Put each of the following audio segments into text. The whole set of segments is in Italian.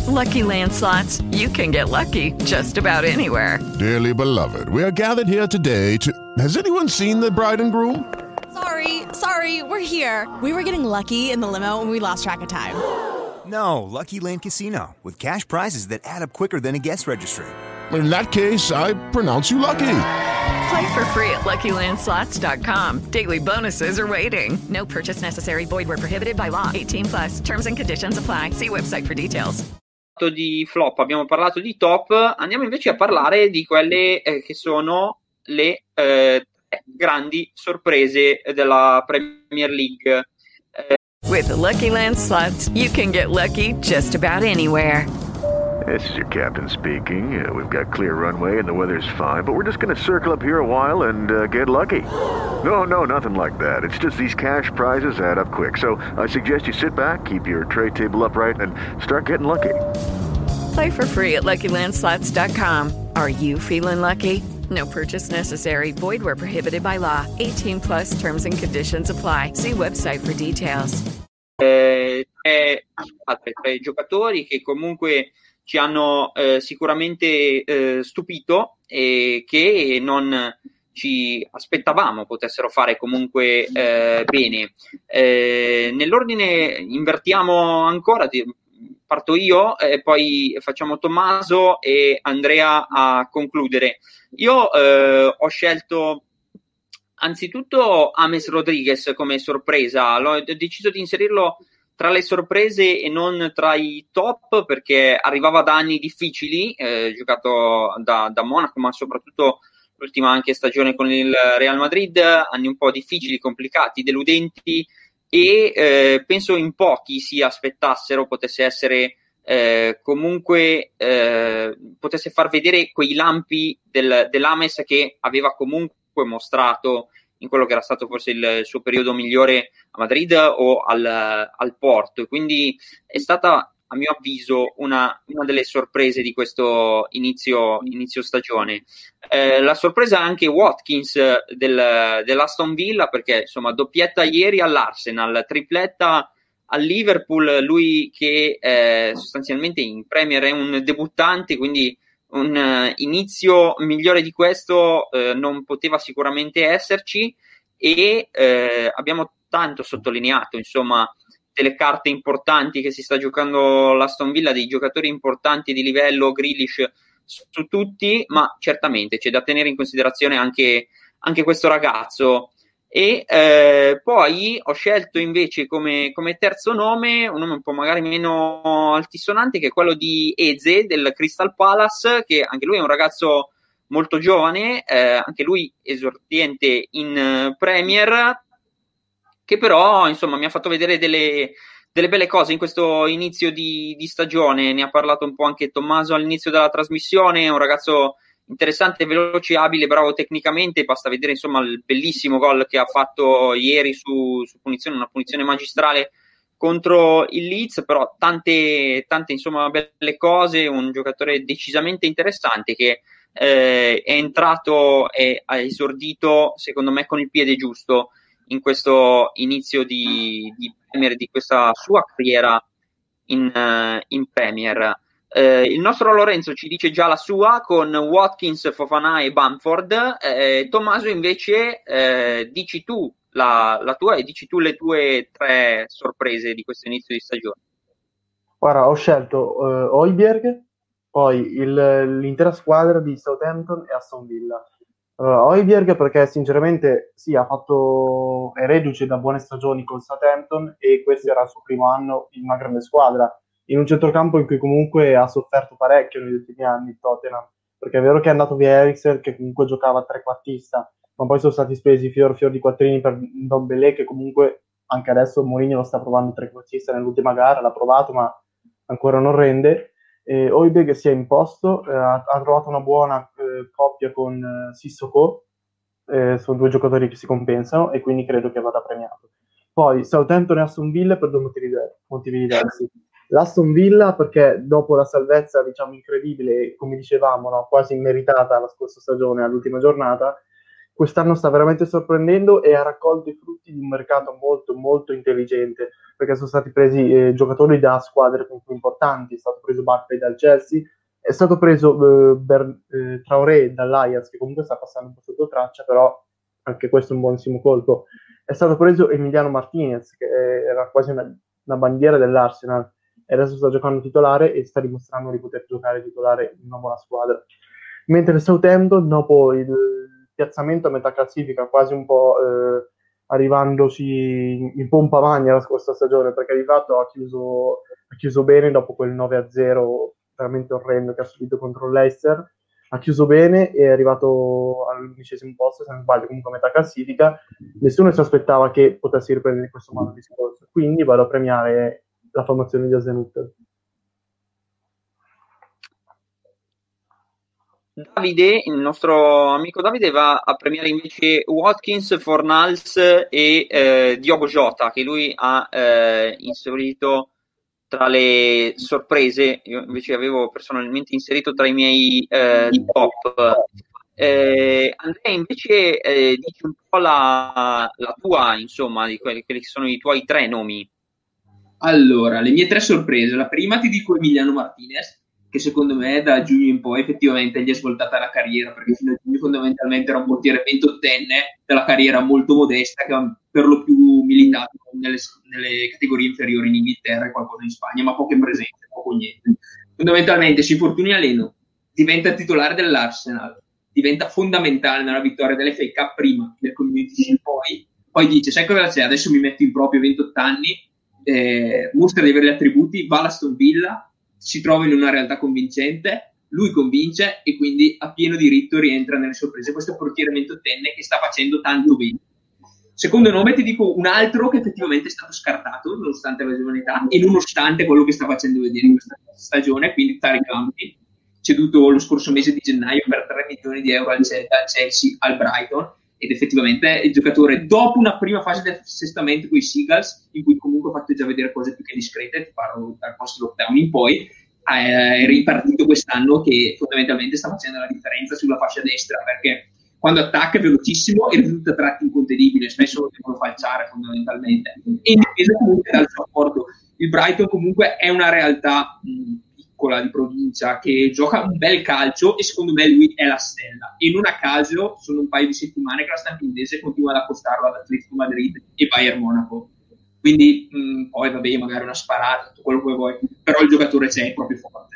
Lucky Land Slots, you can get lucky just about anywhere. Dearly beloved, we are gathered here today to... Has anyone seen the bride and groom? Sorry, we're here. We were getting lucky in the limo and we lost track of time. No, Lucky Land Casino, with cash prizes that add up quicker than a guest registry. In that case, I pronounce you lucky. Play for free at LuckyLandSlots.com. Daily bonuses are waiting. No purchase necessary. Void where prohibited by law. 18+. Terms and conditions apply. See website for details. Di flop, abbiamo parlato di top, andiamo invece a parlare di quelle che sono le grandi sorprese della Premier League. With the Lucky Land Slots, you can get lucky just about anywhere. This is your captain speaking. We've got clear runway and the weather's fine, but we're just going to circle up here a while and get lucky. No, nothing like that. It's just these cash prizes add up quick. So I suggest you sit back, keep your tray table upright, and start getting lucky. Play for free at LuckyLandSlots.com. Are you feeling lucky? No purchase necessary. Void where prohibited by law. 18+ terms and conditions apply. See website for details. Tre giocatori che comunque ci hanno sicuramente stupito e che non ci aspettavamo potessero fare comunque bene. Nell'ordine invertiamo ancora, parto io, poi facciamo Tommaso e Andrea a concludere. Io ho scelto anzitutto James Rodriguez come sorpresa, ho deciso di inserirlo tra le sorprese e non tra i top perché arrivava da anni difficili, giocato da Monaco, ma soprattutto l'ultima anche stagione con il Real Madrid, anni un po' difficili, complicati, deludenti e penso in pochi si aspettassero potesse essere comunque potesse far vedere quei lampi dell'Ames che aveva comunque mostrato in quello che era stato forse il suo periodo migliore a Madrid o al Porto, e quindi è stata a mio avviso una delle sorprese di questo inizio stagione. La sorpresa è anche Watkins dell'Aston Villa, perché insomma doppietta ieri all'Arsenal, tripletta al Liverpool, lui che sostanzialmente in Premier è un debuttante, quindi un inizio migliore di questo non poteva sicuramente esserci, e abbiamo tanto sottolineato insomma delle carte importanti che si sta giocando l'Aston Villa, dei giocatori importanti di livello, Grealish su tutti, ma certamente c'è da tenere in considerazione anche questo ragazzo. E poi ho scelto invece come terzo nome un nome un po' magari meno altisonante, che è quello di Eze del Crystal Palace, che anche lui è un ragazzo molto giovane, anche lui esordiente in Premier, che però insomma mi ha fatto vedere delle belle cose in questo inizio di stagione. Ne ha parlato un po' anche Tommaso all'inizio della trasmissione, è un ragazzo interessante, veloce, abile, bravo tecnicamente, basta vedere insomma il bellissimo gol che ha fatto ieri su punizione, una punizione magistrale contro il Leeds, però tante insomma belle cose, un giocatore decisamente interessante che è entrato e ha esordito secondo me con il piede giusto in questo inizio di Premier, di questa sua carriera in Premier. Il nostro Lorenzo ci dice già la sua con Watkins, Fofana e Bamford. Tommaso invece dici tu la tua e dici tu le tue tre sorprese di questo inizio di stagione. Guarda, ho scelto Højbjerg, poi l'intera squadra di Southampton e Aston Villa. Allora, Højbjerg perché sinceramente sì, è reduce da buone stagioni con Southampton e questo era il suo primo anno in una grande squadra, in un centrocampo in cui comunque ha sofferto parecchio negli ultimi anni Tottenham, perché è vero che è andato via Eriksen che comunque giocava trequartista, ma poi sono stati spesi fior di quattrini per Ndombele, che comunque anche adesso Mourinho lo sta provando trequartista nell'ultima gara, l'ha provato ma ancora non rende. Højbjerg si è imposto, ha trovato una buona coppia con Sissoko, sono due giocatori che si compensano e quindi credo che vada premiato. Poi Southampton e Aston Villa per due motivi diversi. L'Aston Villa perché dopo la salvezza diciamo incredibile, come dicevamo, no, quasi immeritata la scorsa stagione all'ultima giornata, quest'anno sta veramente sorprendendo e ha raccolto i frutti di un mercato molto molto intelligente, perché sono stati presi giocatori da squadre più importanti. È stato preso Barkley dal Chelsea, è stato preso Traoré dall'Ajax, che comunque sta passando un po' sotto traccia, però anche questo è un buonissimo colpo. È stato preso Emiliano Martinez, che era quasi una bandiera dell'Arsenal, e adesso sta giocando titolare e sta dimostrando di poter giocare titolare in una buona squadra. Mentre il Southampton, dopo il piazzamento a metà classifica, quasi un po' arrivandosi in pompa magna la scorsa stagione, perché di fatto ha chiuso bene dopo quel 9-0 veramente orrendo che ha subito contro Leicester. Ha chiuso bene e è arrivato all'11° posto, se non sbaglio, comunque a metà classifica. Nessuno si aspettava che potesse riprendere in questo modo discorso, quindi vado a premiare la formazione di Hasenhüttl. Davide, il nostro amico Davide, va a premiare invece Watkins, Fornals e Diogo Jota, che lui ha inserito tra le sorprese. Io invece avevo personalmente inserito tra i miei top. Andrea, invece dici un po' la tua, insomma, di quelli che sono i tuoi 3 nomi. Allora, le mie 3 sorprese. La prima ti dico Emiliano Martinez, che secondo me da giugno in poi effettivamente gli è svoltata la carriera, perché fino a giugno fondamentalmente era un portiere 28enne della carriera molto modesta, che ha per lo più militato nelle categorie inferiori in Inghilterra e qualcosa in Spagna, ma poche presenze, poco niente. Fondamentalmente si infortuna a Leno, diventa titolare dell'Arsenal, diventa fondamentale nella vittoria dell'FA Cup prima, del Community Shield poi dice, sai cosa c'è, adesso mi metto in proprio 28 anni, mostra di avere gli attributi, va all'Aston Villa, si trova in una realtà convincente, lui convince e quindi a pieno diritto rientra nelle sorprese. Questo è un portiere 28enne che sta facendo tanto bene. Secondo nome ti dico un altro che effettivamente è stato scartato nonostante la giovane età e nonostante quello che sta facendo vedere in questa stagione, quindi Tariq Lamptey, ceduto lo scorso mese di gennaio per 3 milioni di euro al Chelsea, al Brighton, ed effettivamente il giocatore, dopo una prima fase di assestamento con i Seagulls, in cui comunque ha fatto già vedere cose più che discrete, ti parlo dal post-lockdown in poi, è ripartito quest'anno che fondamentalmente sta facendo la differenza sulla fascia destra, perché quando attacca è velocissimo e risulta a tratti incontenibile, spesso lo devono falciare fondamentalmente, e in difesa comunque dal suo apporto. Il Brighton comunque è una realtà di provincia che gioca un bel calcio e secondo me lui è la stella, e non a caso sono un paio di settimane che la stampa inglese continua ad accostarlo ad Atletico Madrid e Bayern Monaco, quindi poi vabbè, magari una sparata, tutto quello che vuoi, però il giocatore c'è, è proprio forte.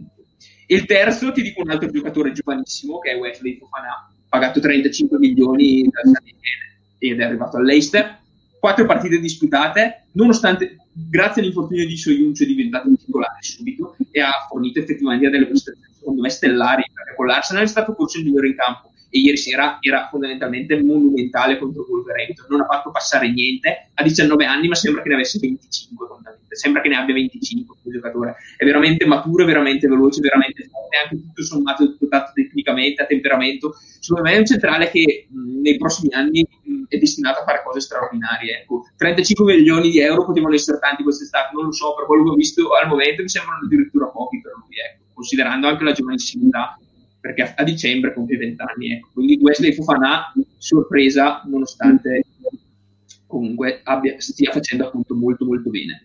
Il terzo ti dico un altro giocatore giovanissimo che è Wesley Fofana, pagato 35 milioni dal ed è arrivato all'Leicester, 4 partite disputate, nonostante, grazie all'infortunio di Soyuncu è diventato titolare subito e ha fornito effettivamente delle prestazioni secondo me stellari, perché con l'Arsenal è stato forse il migliore in campo e ieri sera era fondamentalmente monumentale contro Wolverhampton, non ha fatto passare niente, ha 19 anni ma sembra che ne avesse 25, sembra che ne abbia 25 il giocatore, è veramente maturo, è veramente veloce, veramente forte, anche tutto sommato dotato tecnicamente, a temperamento. Secondo me è un centrale che nei prossimi anni è destinato a fare cose straordinarie, ecco. 35 milioni di euro potevano essere tanti quest'estate, non lo so, per quello che ho visto al momento mi sembrano addirittura pochi per lui, ecco, considerando anche la giovanissima età, perché a dicembre compie 20 anni, ecco. Quindi Wesley Fofana, sorpresa, nonostante comunque stia facendo appunto molto molto bene.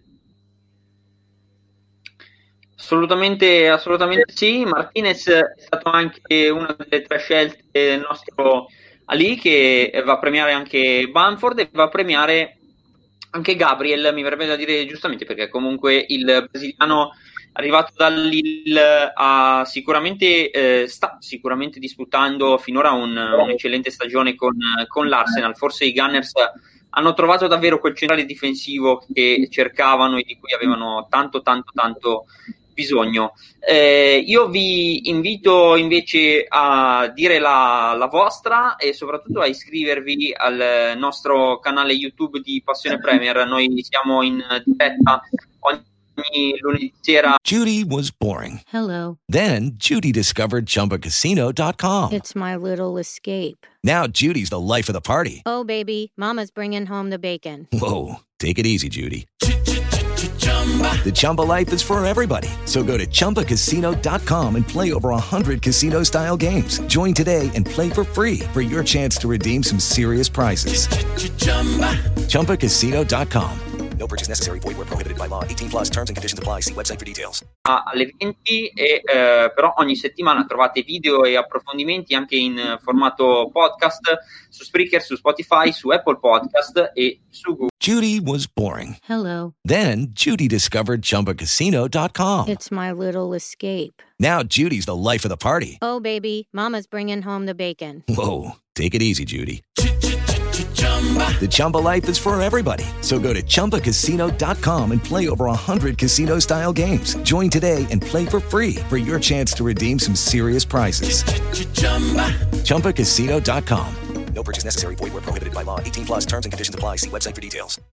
Assolutamente sì. Martinez è stato anche una delle 3 scelte del nostro Ali, che va a premiare anche Bamford e va a premiare anche Gabriel, mi verrebbe da dire giustamente, perché comunque il brasiliano arrivato dall'Lille sta sicuramente disputando finora un'eccellente stagione con l'Arsenal. Forse i Gunners hanno trovato davvero quel centrale difensivo che cercavano e di cui avevano tanto bisogno. Io vi invito invece a dire la vostra e soprattutto a iscrivervi al nostro canale YouTube di Passione Premier. Noi siamo in diretta ogni lunedì sera. Judy was boring. Hello. Then Judy discovered ChumbaCasino.com. It's my little escape. Now Judy's the life of the party. Oh, baby, mama's bringing home the bacon. Whoa, take it easy, Judy. The Chumba life is for everybody. So go to ChumbaCasino.com and play over 100 casino-style games. Join today and play for free for your chance to redeem some serious prizes. ChumbaCasino.com. No purchase necessary. Void where prohibited by law. 18 plus terms and conditions apply. See website for details. Alle 20 e però ogni settimana trovate video e approfondimenti anche in formato podcast su Spreaker, su Spotify, su Apple Podcast e su Google. Judy was boring. Hello. Then Judy discovered ChumbaCasino.com. It's my little escape. Now Judy's the life of the party. Oh, baby, mama's bringing home the bacon. Whoa, take it easy, Judy. The Chumba life is for everybody. So go to ChumbaCasino.com and play over 100 casino-style games. Join today and play for free for your chance to redeem some serious prizes. ChumbaCasino.com. No purchase necessary. Void where prohibited by law. 18 plus terms and conditions apply. See website for details.